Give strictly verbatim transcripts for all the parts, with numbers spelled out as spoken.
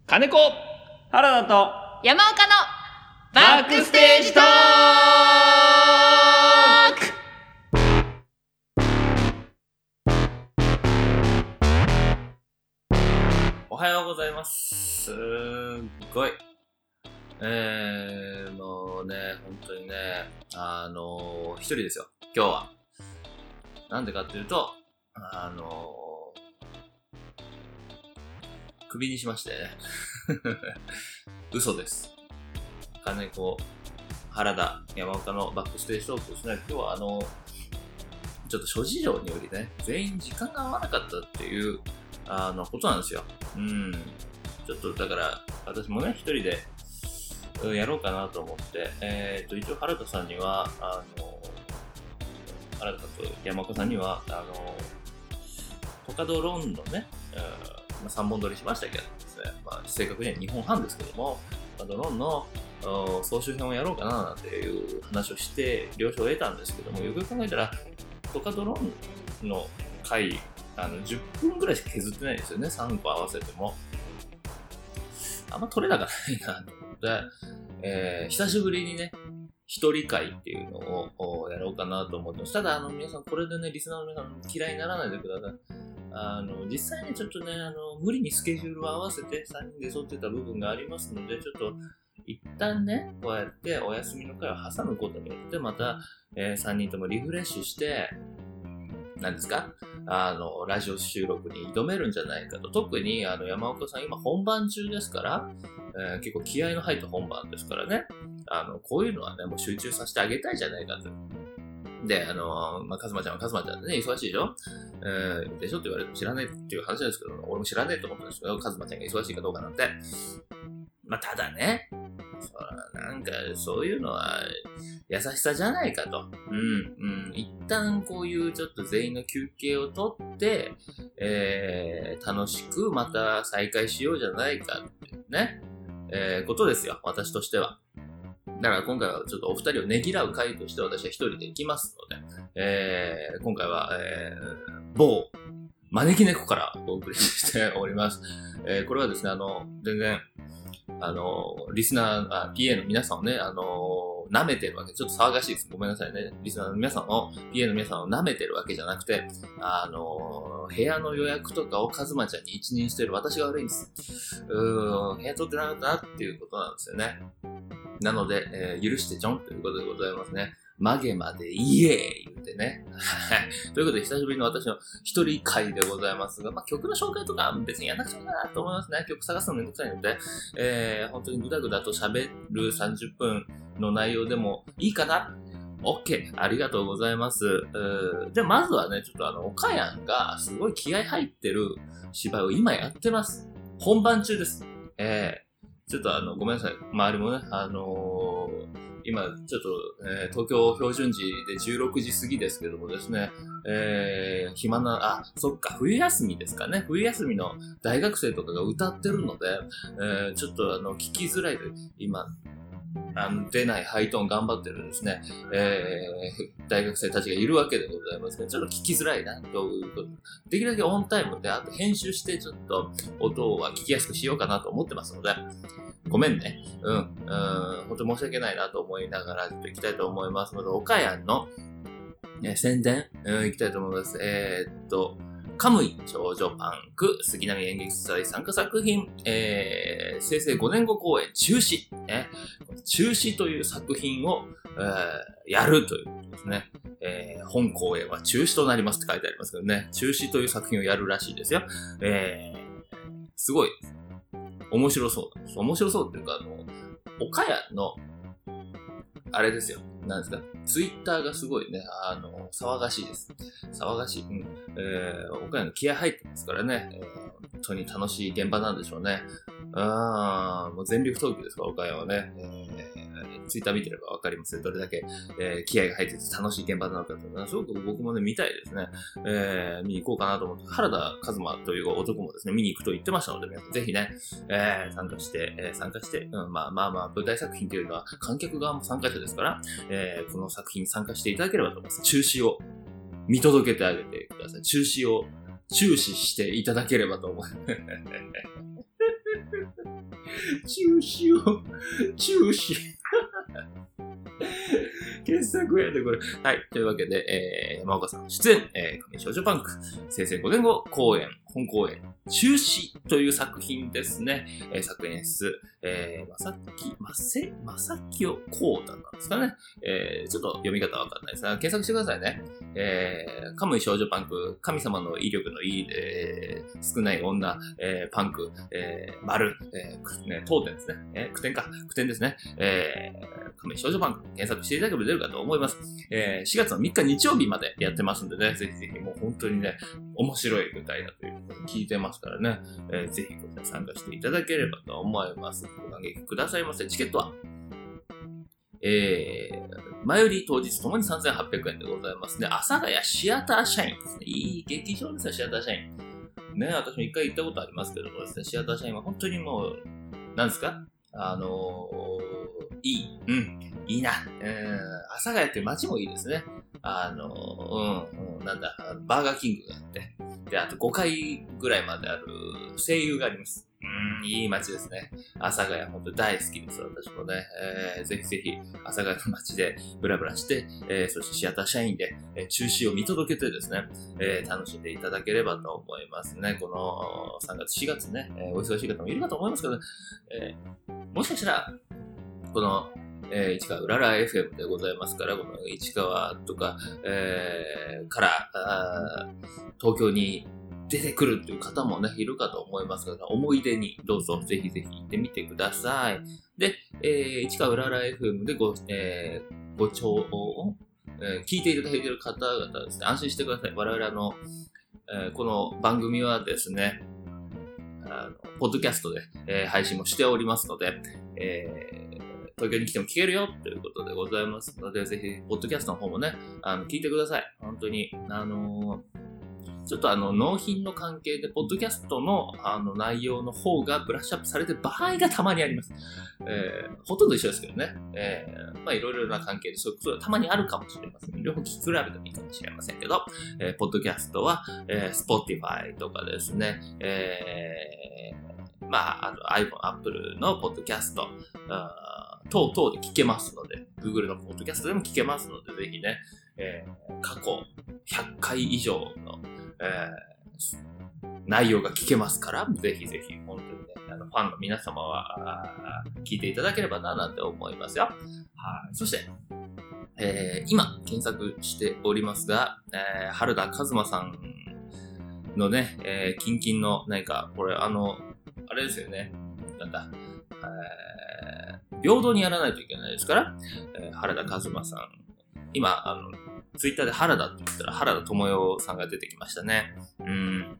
金子原田と山岡のバックステージトーク。 おはようございます。すっごいえー、もうね、本当にね、あのー、一人ですよ、今日は。なんでかっていうと、あのー、クビにしましてね。嘘です。金子、原田、山岡のバックステージトークですね。今日はあの、ちょっと諸事情によりね、全員時間が合わなかったっていう、あの、ことなんですよ。うん。ちょっとだから、私もね、一人で、やろうかなと思って、えーと、一応原田さんには、あの、原田さんと山岡さんには、あの、トカドロンのね、まあ、さんぼん撮りしましたけどですね、まあ、正確にはにほんはんですけども、トカドロンの総集編をやろうかななんていう話をして、了承を得たんですけども、よくよく考えたら、トカドロンの回、あの、じゅっぷんぐらいしか削ってないですよね、さんこ合わせても。あんま撮れ高ないなと思って、えー、久しぶりにね、一人会っていうのをやろうかなと思ってます。ただ、あの、皆さん、これでね、リスナーの皆さん嫌いにならないでください。あの、実際にちょっとね、あの、無理にスケジュールを合わせてさんにんで沿ってた部分がありますので、ちょっと、一旦ね、こうやってお休みの会を挟むことによって、また、えー、さんにんともリフレッシュして、何ですかあの、ラジオ収録に挑めるんじゃないかと。特に、あの、山岡さん今本番中ですから、えー、結構気合の入った本番ですからね。あの、こういうのはね、もう集中させてあげたいじゃないかと。で、あの、まあ、かずまちゃんはかずまちゃんでね、忙しいでしょえー、でしょって言われても知らねえっていう話ですけど、俺も知らねえと思ったんですけど、かずまちゃんが忙しいかどうかなんて。まあ、ただね、そらなんか、そういうのは、優しさじゃないかと。うん、うん。一旦こういうちょっと全員の休憩をとって、えー、楽しくまた再開しようじゃないかっていうね、えー、ことですよ、私としては。だから今回はちょっとお二人をねぎらう会として私は一人で行きますので、えー、今回は、えー、某、招き猫からお送りしております。えー、これはですね、あの、全然、あの、リスナー、あ、ピーエー の皆さんをね、あの、舐めてるわけ。ちょっと騒がしいです。ごめんなさいね。リスナーの皆さんを、ピーエー の皆さんを舐めてるわけじゃなくて、あの、部屋の予約とかをカズマちゃんに一任してる私が悪いんです。うーん、部屋取ってなかったなっていうことなんですよね。なので、えー、許してちょんということでございますね。曲げまで言え言ってね。はい。ということで、久しぶりの私の一人会でございますが、まあ、曲の紹介とか別にやらなくてもいいかなと思いますね。曲探すのめんどくさいので、えー、本当にぐだぐだと喋るさんじゅっぷんの内容でもいいかな ?OK! ありがとうございます。で、まずはね、ちょっとあの、岡山がすごい気合入ってる芝居を今やってます。本番中です。えー、ちょっとあの、ごめんなさい。周りもね、あのー、今、ちょっと、えー、東京標準時でじゅうろくじ過ぎですけどもですね、えー、暇な、あ、そっか、冬休みですかね。冬休みの大学生とかが歌ってるので、えー、ちょっとあの、聞きづらいで、今、あの、出ないハイトーン頑張ってるですね、えー、大学生たちがいるわけでございますけど、ちょっと聞きづらいな、ということ。できるだけオンタイムで、あと編集してちょっと音は聞きやすくしようかなと思ってますので、ごめんね。うん。うん。本当に申し訳ないなと思いながら、ちょっと行きたいと思いますので、岡山の、ね、宣伝、うん、行きたいと思います。えー、っと、カムイ少女パンク杉並演劇祭参加作品、えー、生成ごねんご公演中止、ね、中止という作品を、えー、やるということですね。えー、本公演は中止となりますって書いてありますけどね、中止という作品をやるらしいですよ。えー、すごい面白そうなんです。面白そうっていうか、あの、岡谷の、あれですよ。なんですか、ツイッターがすごいね、あの、騒がしいです。騒がしい。うん。えー、岡谷の気合入ってますからね、えー、本当に楽しい現場なんでしょうね。あー、もう全力投球ですから、岡谷はね。えー、ツイッター見てればわかりますね。どれだけ、えー、気合が入ってて楽しい現場なのかというのは、すごく僕もね、見たいですね。えー、見に行こうかなと思って、原田和馬という男もですね、見に行くと言ってましたので、皆さんぜひね、えー、参加して、えー、参加して、うん、まあまあまあ、舞台作品というのは観客側も参加者ですから、えー、この作品に参加していただければと思います。中止を見届けてあげてください。中止を注視していただければと思います。 中止を、中止。傑作やで、これ。はい。というわけで、えー、山岡さん出演、えー、神少女パンク、生成ごねんご公演、本公演、中止という作品ですね。えー、作演出、えー、まさき、ませ、まさきよこうたなんですかね。えー、ちょっと読み方わかんないですが、検索してくださいね。えー、カムイ少女パンク、神様の威力のいい、えー、少ない女、えー、パンク、えー、丸、えー、ね、当店ですね。えー、句点か、句点ですね。えー、カムイ少女パンク、検索していただければ出るかと思います。えー、しがつのみっか日曜日までやってますんでね、ぜひぜひもう本当にね、面白い舞台だということを聞いてますからね、えー、ぜひこちら参加していただければと思います。ご感激くださいませ。チケットは、えー、前売り当日ともにさんぜんはっぴゃくえんでございますね。阿佐ヶ谷シアター社員ですね。いい劇場ですよ、シアター社員。ね、私も一回行ったことありますけどもですね、シアター社員は本当にもう、なんですかあのー、いい。うん。いいな。うん。阿佐ヶ谷って街もいいですね。あのー、うん、うん、なんだ、バーガーキングがあって。で、あとごかいぐらいまである声優があります。うん、いい街ですね。阿佐ヶ谷、本当に大好きです、私もね。えー、ぜひぜひ、阿佐ヶ谷の街でブラブラして、えー、そしてシアター社員で、えー、中止を見届けてですね、えー、楽しんでいただければと思いますね。このさんがつ、しがつね、えー、お忙しい方もいるかと思いますけど、えー、もしかしたら、この、えー、市川うらら エフエム でございますから、この市川とか、えー、から、あ東京に出てくるという方もね、いるかと思いますが、思い出にどうぞぜひぜひ行ってみてください。で、えー、市川うらら エフエム でご、えー、ご聴を、えー、聞いていただいている方々ですね、安心してください。我々の、えー、この番組はですね、あのポッドキャストで、えー、配信もしておりますので、えー東京に来ても聞けるよということでございますので、ぜひ、ポッドキャストの方もね、あの、聞いてください。本当に、あのー、ちょっとあの、納品の関係で、ポッドキャストのあの内容の方がブラッシュアップされてる場合がたまにあります。えー、ほとんど一緒ですけどね。えー、まあいろいろな関係で、そういうことがたまにあるかもしれません。両方聞き比べてもいいかもしれませんけど、えー、ポッドキャストは、えー、Spotify とかですね、えー、まあ、あの iPhone、Apple のポッドキャスト、等々で聞けますので、Google のポッドキャストでも聞けますので、ぜひね、えー、過去ひゃっかい以上の、えー、内容が聞けますから、ぜひぜひ、本当にね、あのファンの皆様は聞いていただければな、なんて思いますよ。はい。そして、えー、今、検索しておりますが、えー、原田和馬さんのね、えー、キンキンの、何か、これ、あの、あれですよね。なんだ、えー、平等にやらないといけないですから、えー、原田和馬さん。今、あの、ツイッターで原田って言ったら原田智代さんが出てきましたね。うーん。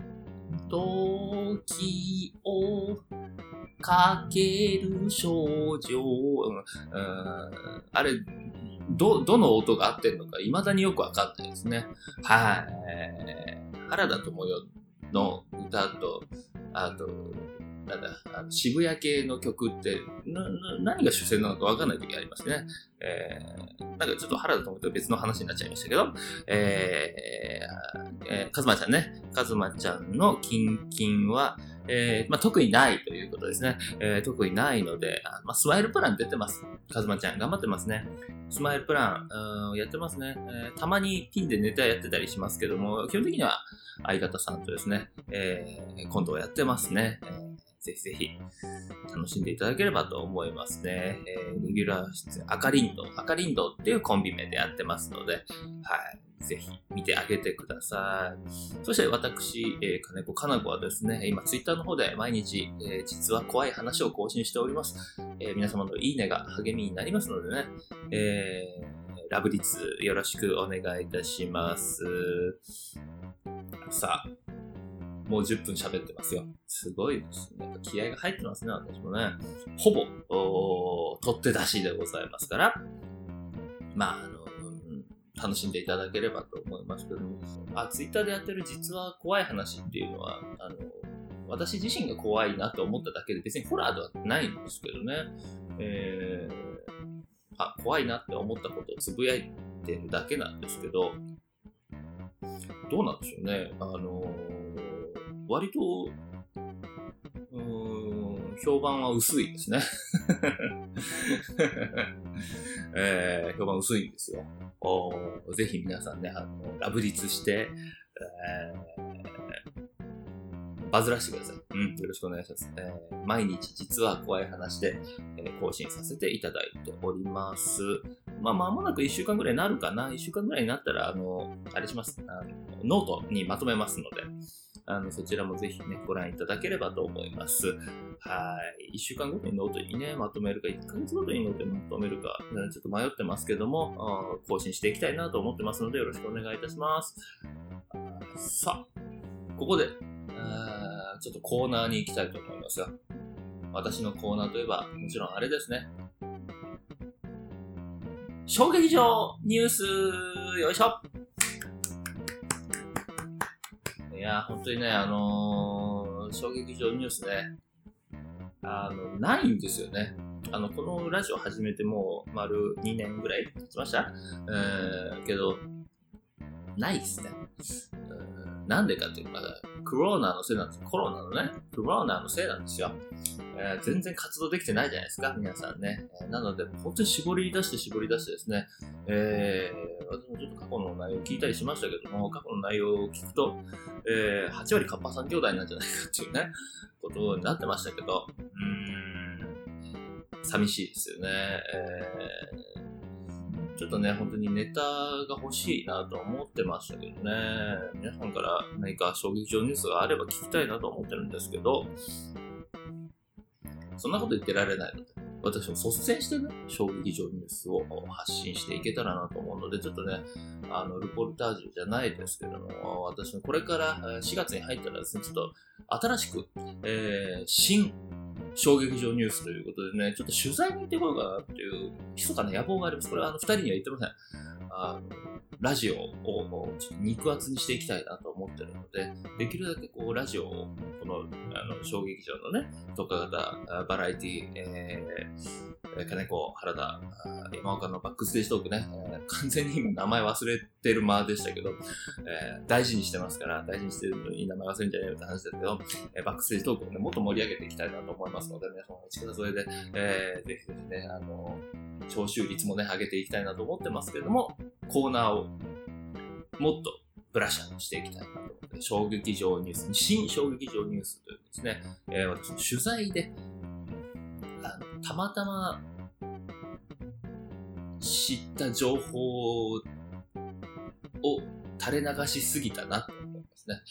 時をかける少女。うん、あれ、ど、どの音が合ってるのか未だによくわかんないですね。はい。えー、原田智代の歌と、あと、なんだ、あの渋谷系の曲ってなな何が主戦なのか分かんない時ありますね。えー、なんかちょっと原田と思って別の話になっちゃいましたけど、えー、えー、かずまちゃんね、かずまちゃんのキンキンは、えーまあ、特にないということですね。えー、特にないので、あまあ、スマイルプラン出てます。かずまちゃん頑張ってますね。スマイルプラン、うん、やってますね、えー。たまにピンでネタやってたりしますけども、基本的には相方さんとですね、えー、コントをやってますね。えーぜひぜひ楽しんでいただければと思いますね。えー、レギュラー出演、赤リンド、赤リンドっていうコンビ名でやってますので、はい、ぜひ見てあげてください。そして私、えー、金子かな子はですね、今ツイッターの方で毎日、えー、実は怖い話を更新しております。えー、皆様のいいねが励みになりますのでね、えー、ラブリツよろしくお願いいたします。さあ、もうじゅっぷん喋ってますよ。すごいですね。気合が入ってますね、私もね。ほぼ、取って出しでございますから、まあ、あの、楽しんでいただければと思いますけども。あ、ツイッターでやってる実は怖い話っていうのは、あの、私自身が怖いなと思っただけで別にホラーではないんですけどね。えー、あ、怖いなって思ったことをつぶやいてるだけなんですけど、どうなんでしょうね。あの、割と、うーん、 評判は薄いですね。えー、評判薄いんですよ。おぜひ皆さんね、あの、ラブリツして、えー、バズらしてください。うん、よろしくお願いします。えー、毎日実は怖い話で、えー、更新させていただいております。まあ、間もなくいっしゅうかんぐらいになるかな。いっしゅうかんぐらいになったら、あの、あれします。あのノートにまとめますので、あの、そちらもぜひね、ご覧いただければと思います。はい。いっしゅうかんごとにノートにね、まとめるか、いっかげつごとにノートにまとめるか、ちょっと迷ってますけども、更新していきたいなと思ってますので、よろしくお願いいたします。さあ、ここで、ちょっとコーナーに行きたいと思いますが、私のコーナーといえば、もちろんあれですね。衝撃場ニュース、よいしょ。いや、本当にね、あのー、衝撃場ニュースね、あの、ないんですよね。あの、このラジオ始めてもう丸にねんぐらい経ちました。えー、けど、ないですね。なんでかっていうと、コロナのせいなんですよ。コロナのね、コロナのせいなんですよ。えー、全然活動できてないじゃないですか、皆さんね。えー、なので、本当に絞り出して絞り出してですね、えー、私もちょっと過去の内容を聞いたりしましたけども、過去の内容を聞くと、えー、はち割カッパさん兄弟なんじゃないかっていうね、ことになってましたけど、うーん、寂しいですよね。えーちょっとね、本当にネタが欲しいなと思ってましたけどね。皆さんから何か衝撃場ニュースがあれば聞きたいなと思ってるんですけど、そんなこと言ってられないので、私も率先してね、衝撃場ニュースを発信していけたらなと思うので、ちょっとね、あの、ルポルタージュじゃないですけども、私もこれからしがつに入ったらですね、ちょっと新しく、えー、新、衝撃場ニュースということでね、ちょっと取材に行ってこようかなっていう、密かな野望があります。これはあの、二人には言ってません。あの、ラジオをちょっと肉厚にしていきたいなと思ってるので、できるだけこう、ラジオを、この、あの、衝撃場のね、特化型、バラエティ、えー、金子、原田、山岡のバックステージトークね、えー、完全に今名前忘れてる間でしたけど、えー、大事にしてますから、大事にしてるのに名前忘れんじゃねえよって話ですけど、えー、バックステージトークをね、もっと盛り上げていきたいなと思いますので、皆さんお力添えで、えー、ぜひぜひね、あの、聴取率もね、上げていきたいなと思ってますけれども、コーナーをもっとブラッシュアップしていきたいなと思って、衝撃場ニュース、新衝撃場ニュースというですね、えー、私の取材で、あのたまたま知った情報を垂れ流しすぎたなと思いますね。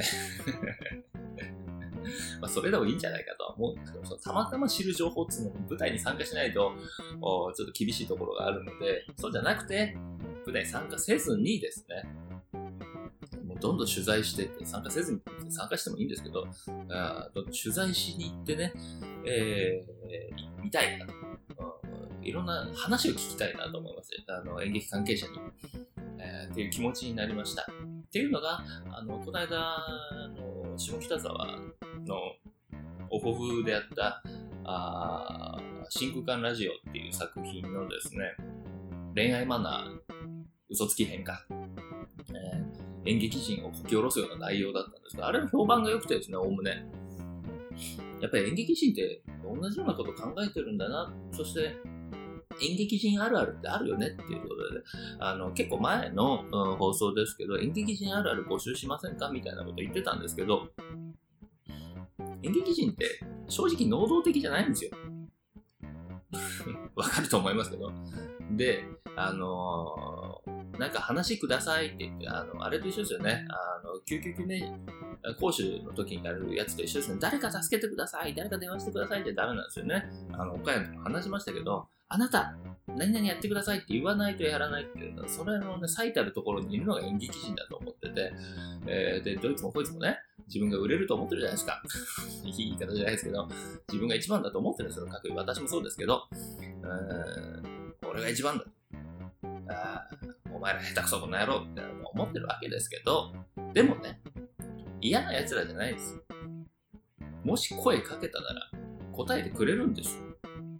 まあそれでもいいんじゃないかとは思うんですけど、そのたまたま知る情報っていうのは舞台に参加しないとちょっと厳しいところがあるので、そうじゃなくて舞台に参加せずにですね、もうどんどん取材してって参加せずに参加してもいいんですけど、あどんどん取材しに行ってね、えー、見たいなと、うん、いろんな話を聞きたいなと思います。あの演劇関係者に、えー、っていう気持ちになりました。っていうのが、あのこの間の下北沢のオフオフでやったあ真空管ラジオっていう作品のですね、恋愛マナー嘘つき編か、えー、演劇人をこき下ろすような内容だったんですが、あれの評判が良くてですね、おおむねやっぱり演劇人って同じようなこと考えてるんだな、そして演劇人あるあるってあるよねっていうことで、あの結構前の、うん、放送ですけど、演劇人あるある募集しませんかみたいなこと言ってたんですけど、演劇人って正直能動的じゃないんですよ。わかると思いますけど。で、あのー、なんか話くださいって言って、あの、あれと一緒ですよね。あの、救急救命講習の時にやるやつと一緒ですね。誰か助けてください、誰か電話してくださいってダメなんですよね。あの、岡山でも話しましたけど、あなた、何々やってくださいって言わないとやらないっていうのは、それのね、最たるところにいるのが演劇人だと思ってて、えー、で、どいつもこいつもね、自分が売れると思ってるじゃないですか。いい言い方じゃないですけど、自分が一番だと思ってるんですよ。各位、私もそうですけど、うーん、俺が一番だ。あお前ら下手くそこの野郎って思ってるわけですけど、でもね、嫌な奴らじゃないです。もし声かけたなら答えてくれるんですよ。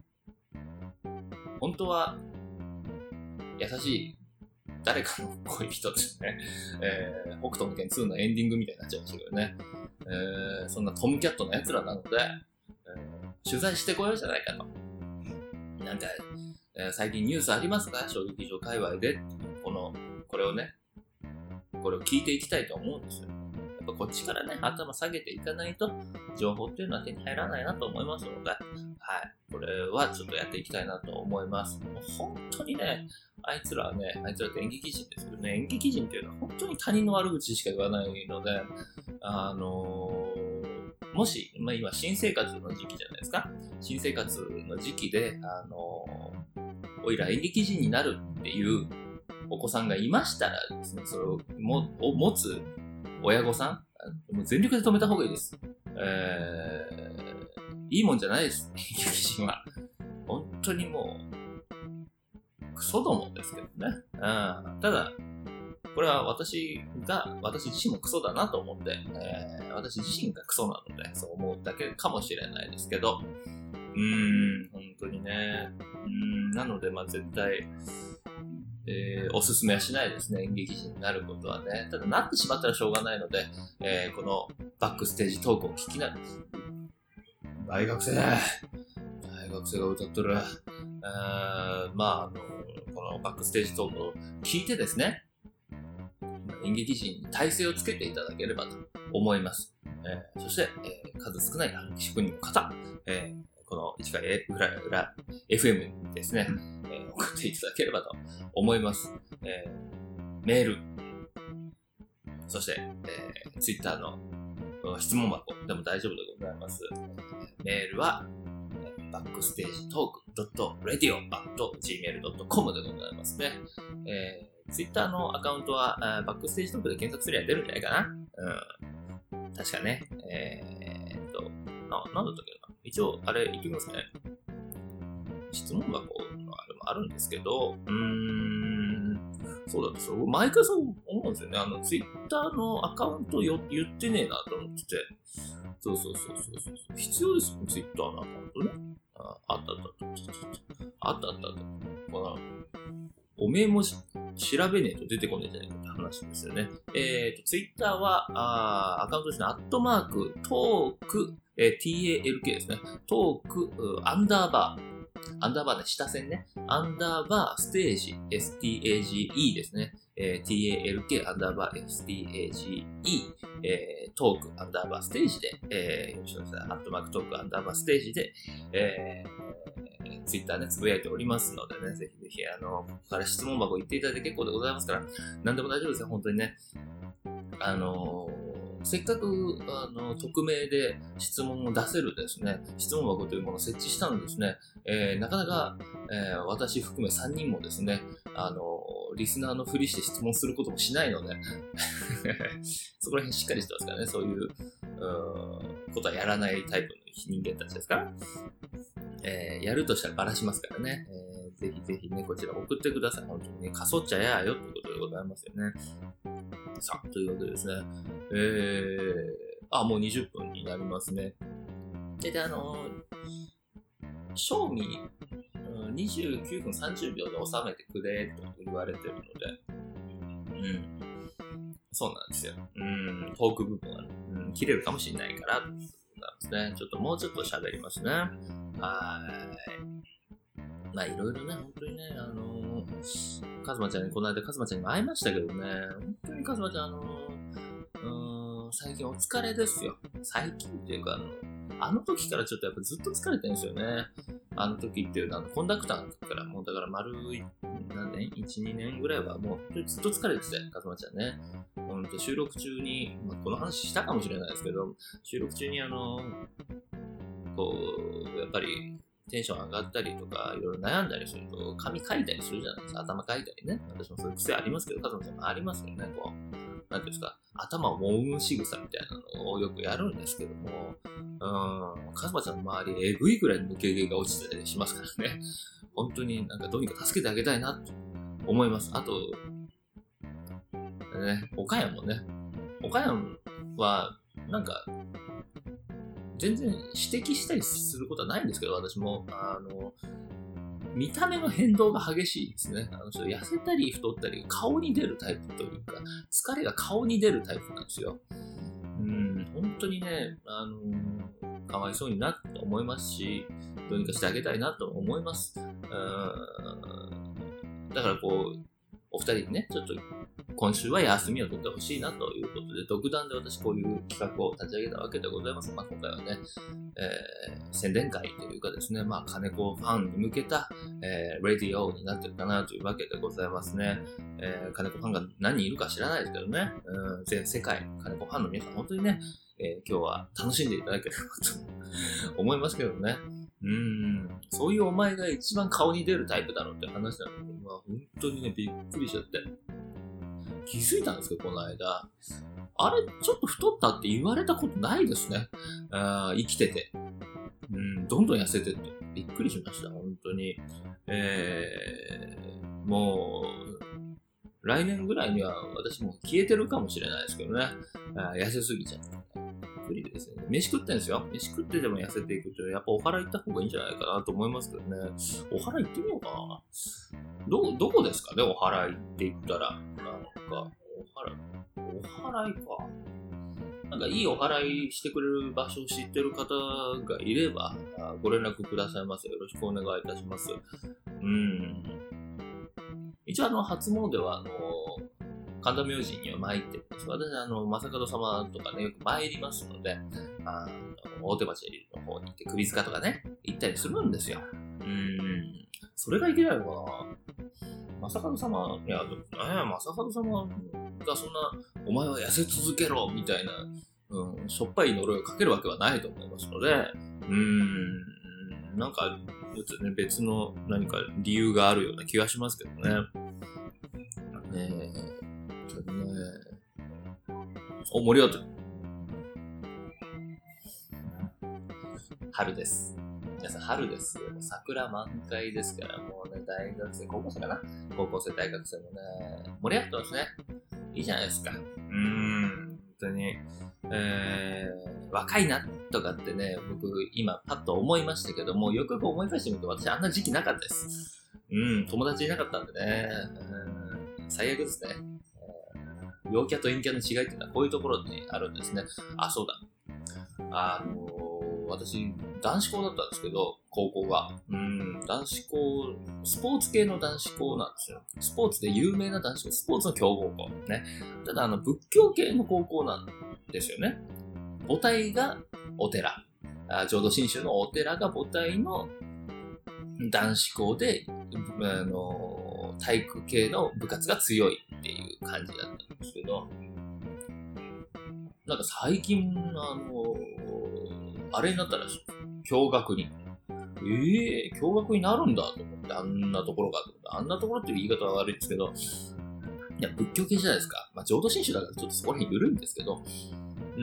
本当は優しい誰かの恋人ですね、えー、北斗の拳ツーのエンディングみたいになっちゃいましたけどね、えー、そんなトムキャットの奴らなので、え取材してこようじゃないかと。なんか、えー、最近ニュースありますか？小劇場界隈で。この、これをね、これを聞いていきたいと思うんですよ。やっぱこっちからね、頭下げていかないと、情報っていうのは手に入らないなと思いますので、はい。これはちょっとやっていきたいなと思います。もう本当にね、あいつらはね、あいつらって演劇人ですけどね、演劇人っていうのは本当に他人の悪口しか言わないので、あのー、もし、まあ、今新生活の時期じゃないですか。新生活の時期で、あのー、おいら演劇人になるっていうお子さんがいましたらですね、それをもを持つ親御さん、もう全力で止めた方がいいです。えー、いいもんじゃないです、演劇人は。本当にもう、クソどもですけどね。うん、ただ、これは私が、私自身もクソだなと思って、えー、私自身がクソなので、そう思うだけかもしれないですけど、うーん、本当にね。うーん、なので、まあ絶対、えー、おすすめはしないですね、演劇人になることはね。ただ、なってしまったらしょうがないので、えー、このバックステージトークを聞きな、大学生、大学生が歌っとる、あまあ、あの、このバックステージトークを聞いてですね、演劇人に体制をつけていただければと思います。えー、そして、えー、数少ない職人の方、えー、この市川裏裏 エフエム にですね、えー、送っていただければと思います。えー、メール、そして、えー、ツイッターの質問箱でも大丈夫でございます。メールは、バックステージトークドットラディオ アットジーメールドットコム でございますね。えー、ツイッターのアカウントはバックステージトークで検索すれば出るんじゃないかな。うん。確かね。えー、っと、な、なんだったっけな。一応、あれ言ってみますね。質問箱のあれもあるんですけど、うーん、そうだと、毎回そう思うんですよね。あの、ツイッターのアカウントよ言ってねえなと思ってて。そうそうそうそうそう。必要ですよね、ツイッターのアカウントね。あ、あったあったあった。あったあったあった。この、おめえも調べねえと出てこねえじゃないかって話ですよね。えっと、ツイッターは、あアカウントですね、アットマーク、トーク、えー、ティーエーエルケー ですね。トーク、アンダーバー。アンダーバーね、下線ね。アンダーバーステージ、エスティーエージーイー ですね。えー、ティーエーエルケー アンダーバー エスティーエージーイー、えー、トークアンダーバーステージで、えー、よろしくお願いします。アットマークトークアンダーバーステージで、えー、ツイッターね、つぶやいておりますのでね、ぜひぜひ、あの、ここから質問箱言っていただいて結構でございますから、何でも大丈夫ですよ、本当にね。あのー、せっかく、あの、匿名で質問を出せるですね、質問箱というものを設置したのにですね、えー、なかなか、えー、私含めさんにんもですね、あのー、リスナーのふりして質問することもしないので、そこら辺しっかりしてますからね、そういう、うーん、ことはやらないタイプの人間たちですから、えー、やるとしたらバラしますからね、えー、ぜひぜひね、こちら送ってください。本当にね、かそっちゃやーよということでございますよね。さあ、というわけでですね、えー、あ、もうにじゅっぷんになりますね。で、であのー、賞味、にじゅうきゅうふんさんじゅうびょうで収めてくれと言われてるので、うん、そうなんですよ。うん、トーク部分は、ね、うん、切れるかもしれないから、なんですね。ちょっともうちょっと喋りますね。はい。まあいろいろね、本当にね、あのー、カズマちゃんに、この間カズマちゃんにも会いましたけどね、本当にカズマちゃん、あのー、うーん、最近お疲れですよ。最近っていうか、あの、あの時からちょっとやっぱずっと疲れてるんですよね。あの時っていうのは、コンダクターの時から、もうだから丸、何年 ?いち、にねんぐらいはもうずっと疲れてて、カズマちゃんね。ほんと収録中に、まあ、この話したかもしれないですけど、収録中にあの、こう、やっぱり、テンション上がったりとか、いろいろ悩んだりすると、髪描いたりするじゃないですか。頭描いたりね。私もそういう癖ありますけど、カズマちゃんもありますよね。こう、なんていうんですか、頭を揉む仕草みたいなのをよくやるんですけども、うん、カズマちゃんの周り、えぐいぐらい抜け毛が落ちてたりしますからね。本当になんかどうにか助けてあげたいなと思います。あと、ね、岡山もね、岡山は、なんか、全然指摘したりすることはないんですけど、私も、あの、見た目の変動が激しいですね。あの人痩せたり太ったり、顔に出るタイプというか、疲れが顔に出るタイプなんですよ。うん、本当にね、あの、 かわいそうになって思いますし、どうにかしてあげたいなと思います。うーんだからこう、お二人にね、ちょっと今週は休みを取ってほしいなということで、独断で私こういう企画を立ち上げたわけでございます。まあ、今回はね、えー、宣伝会というかですね、まあ、金子ファンに向けた、えー、ラディオになってるかなというわけでございますね。えー、金子ファンが何人いるか知らないですけどね、うん、全世界、金子ファンの皆さん、本当にね、えー、今日は楽しんでいただければと思いますけどね。うーん、そういうお前が一番顔に出るタイプだろうって話なんだけど、まあ、本当にね、びっくりしちゃって。気づいたんですけど、この間。あれ、ちょっと太ったって言われたことないですね。あ生きてて。うん、どんどん痩せてって。びっくりしました、本当に。えー、もう、来年ぐらいには私も消えてるかもしれないですけどね。あ痩せすぎちゃって。びっくりですね。飯食ってんですよ。飯食ってでも痩せていくと、やっぱお祓い行った方がいいんじゃないかなと思いますけどね。お祓い行ってみようかな。ど、どこですかね、お祓いって言ったら。なんか、お祓い、お祓いか。なんかいいお祓いしてくれる場所を知ってる方がいれば、ご連絡くださいませ。よろしくお願いいたします。うん。一応あの、初詣はあの、神田明神には参ってるんです。私、あの、正門様とかね、よく参りますので、あの大手町の方に行って、首塚とかね、行ったりするんですよ。うーん。それがいけないのかな。正門様、いや、ね、正門様がそんな、お前は痩せ続けろ、みたいな、うん、しょっぱい呪いをかけるわけはないと思いますので、うーん、なんか、ね、別の何か理由があるような気がしますけどね。ねえ。ね、お、盛り上がってる。春です。皆さん、春ですよ。桜満開ですから、もうね、大学生、高校生かな高校生、大学生もね、盛り上がってますね。いいじゃないですか。うーん、本当に、えー、若いなとかってね、僕、今、パッと思いましたけども、よくよく思い返してみると、私、あんな時期なかったです。うん、友達いなかったんでね、うん、最悪ですね。陽キャと陰キャの違いっていうのはこういうところにあるんですね。あ、そうだ。あのー、私、男子校だったんですけど、高校が。うん、男子校、スポーツ系の男子校なんですよ。スポーツで有名な男子校、スポーツの強豪校。ね。ただ、あの、仏教系の高校なんですよね。母体がお寺。あ浄土真宗のお寺が母体の男子校で、あのー、体育系の部活が強いっていう感じだったんですけど、なんか最近、あのー、あれになったらしい。共学に。ええー、共学になるんだと思って、あんなところが。あんなところっていう言い方は悪いですけど、いや、仏教系じゃないですか。まあ、浄土真宗だからちょっとそこら辺緩いんですけど、うん、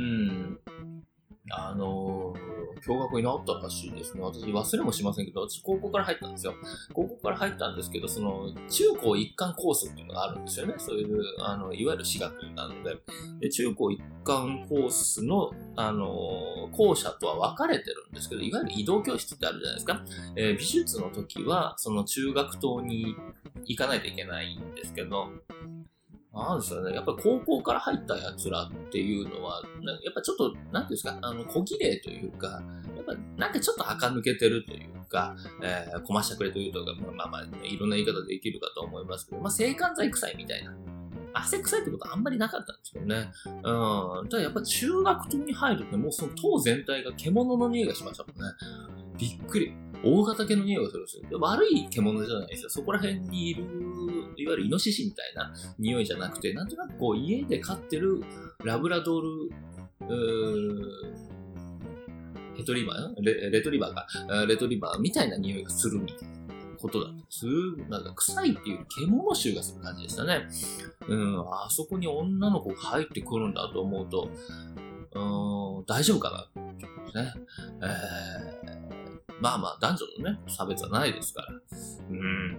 あのー、共学になったらしいですね。私忘れもしませんけど、私高校から入ったんですよ。高校から入ったんですけど、その、中高一貫コースっていうのがあるんですよね。そういう、あの、いわゆる私学なので。で、中高一貫コースの、あのー、校舎とは分かれてるんですけど、いわゆる移動教室ってあるじゃないですか。えー、美術の時は、その中学棟に行かないといけないんですけど、なんですよね。やっぱり高校から入った奴らっていうのは、やっぱちょっと、なんていうんですか、あの、小綺麗というか、やっぱなんかちょっと垢抜けてるというか、えー、こましゃくれというとか、まあまあ、いろんな言い方できるかと思いますけど、まあ、制汗剤臭いみたいな。汗臭いってことはあんまりなかったんですけどね。うん。ただやっぱ中学校に入ると、もうその塔全体が獣の匂いがしましたもんね。びっくり。大型犬の匂いがするんですよ。で悪い獣じゃないですよ。そこら辺にいる、いわゆるイノシシみたいな匂いじゃなくて、なんとなくこう家で飼ってるラブラドール、うーヘトリバーレレトリバーか。レトリバーみたいな匂いがするみたいなことだったんです。なんか臭いっていう獣臭がする感じでしたね。うん、あそこに女の子が入ってくるんだと思うと、うーん、大丈夫かなって思うんですね。えーまあまあ男女のね、差別はないですから、うん、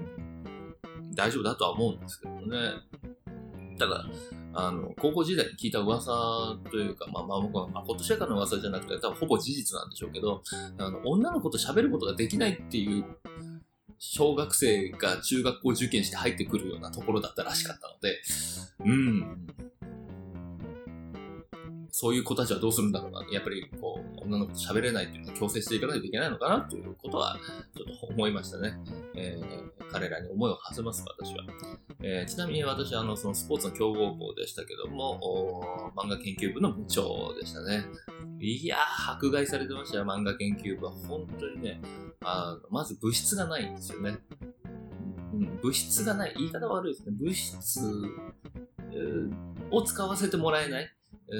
大丈夫だとは思うんですけどね。ただ、あの、高校時代に聞いた噂というか、まあまあ僕はまことしやかな噂じゃなくて、多分ほぼ事実なんでしょうけど、あの、女の子と喋ることができないっていう小学生が中学校受験して入ってくるようなところだったらしかったので、うん。 そういう子たちはどうするんだろうな。やっぱりこう、女の子と喋れないっていうのを強制していかないといけないのかなということは、ちょっと思いましたね。えー、彼らに思いを馳せます、私は。えー、ちなみに私はあの、そのスポーツの強豪校でしたけども、漫画研究部の部長でしたね。いやー、迫害されてましたよ、漫画研究部は。本当にね、あのまず部室がないんですよね。うん、部室がない。言い方悪いですね。部室、えー、を使わせてもらえない。うん、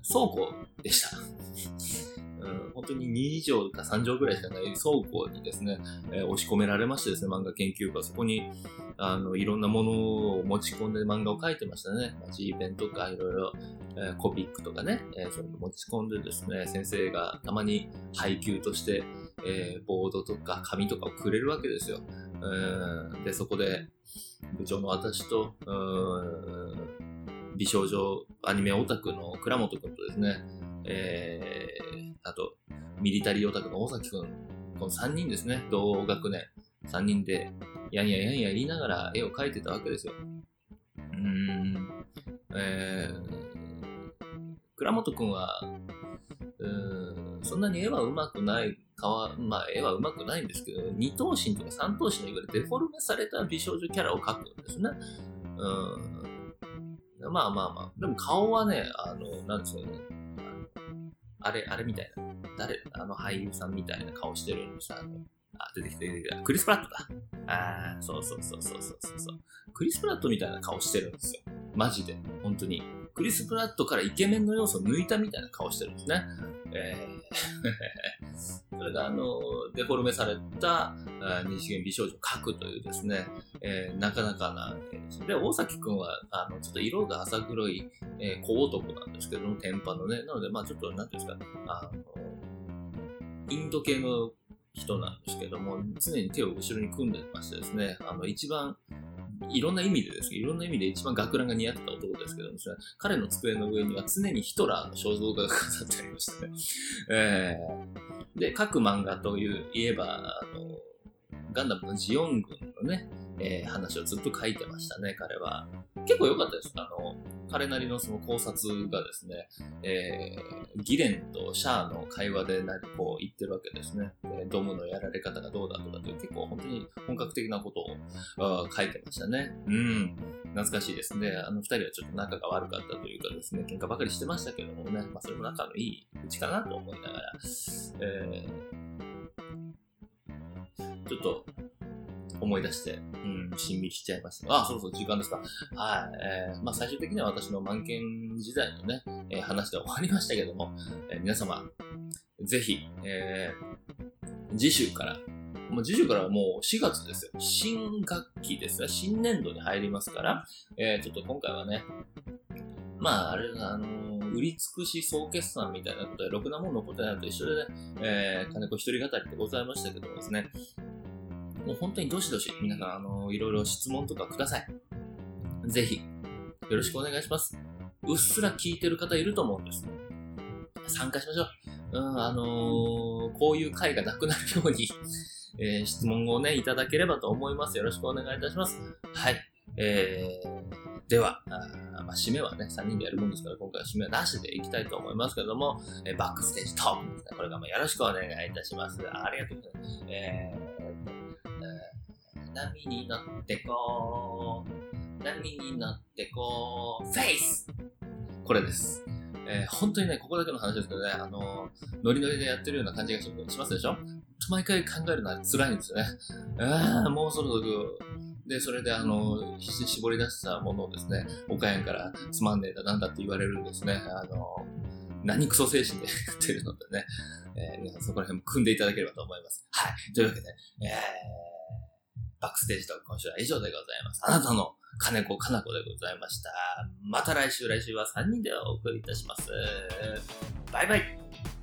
倉庫でした、うん。本当ににじょうかさんじょうぐらいしかない倉庫にですね、えー、押し込められましてですね、漫画研究部はそこにあのいろんなものを持ち込んで漫画を描いてましたね。G ペンとかいろいろ、えー、コピックとかね、えー、そういうの持ち込んでですね、先生がたまに配給として、えー、ボードとか紙とかをくれるわけですよ。うん、で、そこで部長の私と、うん美少女アニメオタクの倉本くんとですね、えー、あと、ミリタリーオタクの大崎くん、このさんにんですね、同学年、さんにんで、やんややんや言いながら絵を描いてたわけですよ。うーん、えー、倉本くんは、うーん、そんなに絵は上手くない、かわまあ絵は上手くないんですけど、二頭身とか三頭身のいわゆるデフォルメされた美少女キャラを描くんですね。うんまあまあまあ。でも顔はね、あの、なんですよね。あれ、あれみたいな。誰、あの俳優さんみたいな顔してるんですよ。あの、あ、出てきた、出てきた。クリス・プラットだ。ああ、そうそうそうそうそうそう。クリス・プラットみたいな顔してるんですよ。マジで。本当に。クリス・プラットからイケメンの要素を抜いたみたいな顔してるんですね。えー、それがあのデフォルメされた二次元美少女を描くというですね、えー、なかなかなで大崎くんはあのちょっと色が浅黒い、えー、小男なんですけども天パのねなのでまあちょっとなんていうんですかあのインド系の人なんですけども常に手を後ろに組んでましてですねあの一番いろんな意味でですけど、いろんな意味で一番学ランが似合ってた男ですけども、彼の机の上には常にヒトラーの肖像画が飾ってありましたね。えー、で、各漫画という言えば、あの、ガンダムのジオン軍のね、えー、話をずっと書いてましたね、彼は。結構良かったです。あの、彼なりのその考察がですね、えー、ギレンとシャアの会話でなんかこう言ってるわけですね。えー、ドムのやられ方がどうだとかっていう結構本当に本格的なことをあ書いてましたね。うん。懐かしいですね。あの二人はちょっと仲が悪かったというかですね、喧嘩ばかりしてましたけどもね、まあそれも仲のいいうちかなと思いながら、えー、ちょっと、思い出して、うん、しんみりしちゃいました。あ、そうそう、時間ですか。はい。えー、まあ、最終的には私の満研時代のね、えー、話で終わりましたけども、えー、皆様、ぜひ、えー、次週から、もう次週からはもうしがつですよ。新学期ですが、新年度に入りますから、えー、ちょっと今回はね、まあ、あれだ、あのー、売り尽くし総決算みたいなことで、ろくなもんのことになると一緒でね、えー、金子一人語りでございましたけどもですね、もう本当にどしどし皆さん、あのー、いろいろ質問とかください。ぜひ、よろしくお願いします。うっすら聞いてる方いると思うんです。参加しましょう。うん、あのー、こういう会がなくなるように、えー、質問をね、いただければと思います。よろしくお願いいたします。はい。えー、では、あまあ、締めはね、さんにんでやるもんですから、今回は締めはなしでいきたいと思いますけれども、えー、バックステージトークですね。これからもよろしくお願いいたします。ありがとうございます。えー波に乗ってこう波に乗ってこうフェイスこれです、えー、本当にねここだけの話ですけどねあのノリノリでやってるような感じがしますでしょ毎回考えるのは辛いんですよねああもうそろそろでそれであの必死に絞り出したものをですね岡山からつまんねえだなんだって言われるんですねあの何クソ精神でやってるのでね、えー、皆さんそこら辺も組んでいただければと思いますはいというわけで、えーバックステージと今週は以上でございます。あなたの金子かな子でございました。また来週、来週はさんにんでお送りいたします。バイバイ。